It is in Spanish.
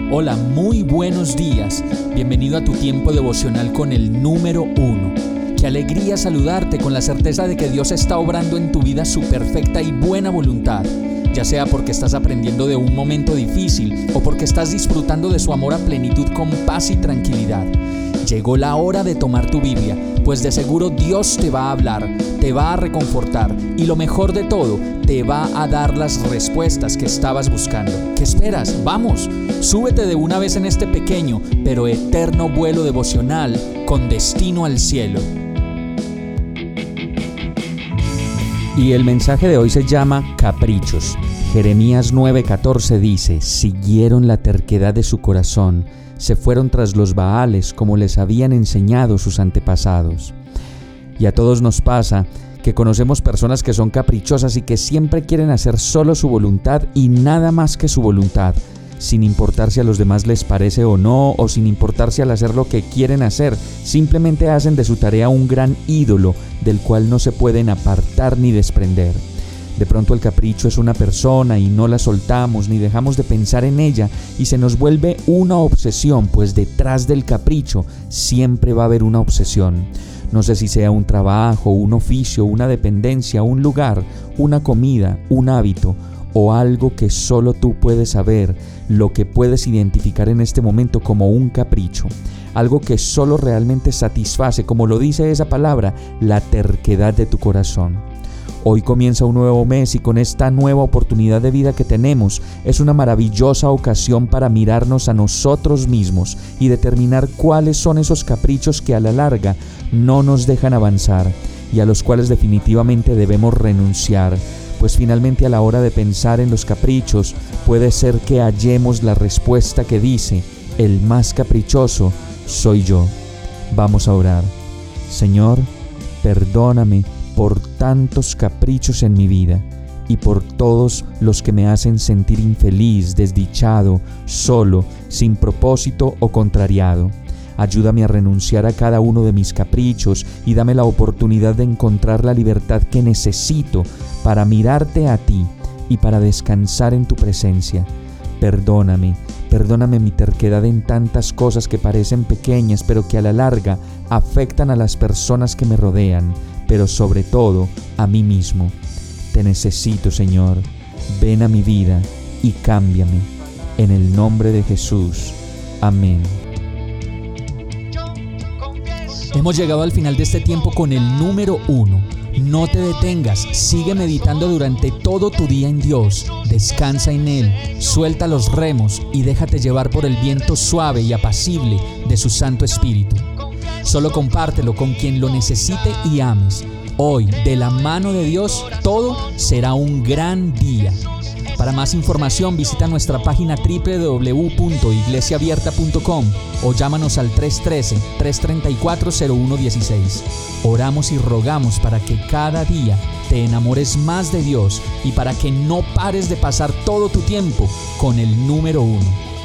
Hola, muy buenos días. Bienvenido a tu tiempo devocional con el número 1. Qué alegría saludarte con la certeza de que Dios está obrando en tu vida su perfecta y buena voluntad, ya sea porque estás aprendiendo de un momento difícil o porque estás disfrutando de su amor a plenitud con paz y tranquilidad. Llegó la hora de tomar tu Biblia, pues de seguro Dios te va a hablar, te va a reconfortar y lo mejor de todo, te va a dar las respuestas que estabas buscando. ¿Qué esperas? ¡Vamos! Súbete de una vez en este pequeño pero eterno vuelo devocional con destino al cielo. Y el mensaje de hoy se llama Caprichos. Jeremías 9:14 dice: siguieron la terquedad de su corazón, se fueron tras los Baales como les habían enseñado sus antepasados. Y a todos nos pasa que conocemos personas que son caprichosas y que siempre quieren hacer solo su voluntad y nada más que su voluntad, sin importar si a los demás les parece o no, o sin importar si al hacer lo que quieren hacer, simplemente hacen de su tarea un gran ídolo del cual no se pueden apartar ni desprender. De pronto el capricho es una persona y no la soltamos ni dejamos de pensar en ella y se nos vuelve una obsesión, pues detrás del capricho siempre va a haber una obsesión. No sé si sea un trabajo, un oficio, una dependencia, un lugar, una comida, un hábito o algo que solo tú puedes saber, lo que puedes identificar en este momento como un capricho. Algo que solo realmente satisface, como lo dice esa palabra, la terquedad de tu corazón. Hoy comienza un nuevo mes y con esta nueva oportunidad de vida que tenemos, es una maravillosa ocasión para mirarnos a nosotros mismos y determinar cuáles son esos caprichos que a la larga no nos dejan avanzar y a los cuales definitivamente debemos renunciar, pues finalmente a la hora de pensar en los caprichos puede ser que hallemos la respuesta que dice: el más caprichoso soy yo. Vamos a orar. Señor, perdóname por tantos caprichos en mi vida y por todos los que me hacen sentir infeliz, desdichado, solo, sin propósito o contrariado. Ayúdame a renunciar a cada uno de mis caprichos y dame la oportunidad de encontrar la libertad que necesito para mirarte a ti y para descansar en tu presencia. Perdóname mi terquedad en tantas cosas que parecen pequeñas, pero que a la larga afectan a las personas que me rodean, pero sobre todo a mí mismo. Te necesito, Señor. Ven a mi vida y cámbiame. En el nombre de Jesús. Amén. Hemos llegado al final de este tiempo con el número 1. No te detengas, sigue meditando durante todo tu día en Dios. Descansa en Él, suelta los remos y déjate llevar por el viento suave y apacible de su Santo Espíritu. Solo compártelo con quien lo necesite y ames. Hoy, de la mano de Dios, todo será un gran día. Para más información, visita nuestra página www.iglesiaabierta.com o llámanos al 313-334-0116. Oramos y rogamos para que cada día te enamores más de Dios y para que no pares de pasar todo tu tiempo con el número 1.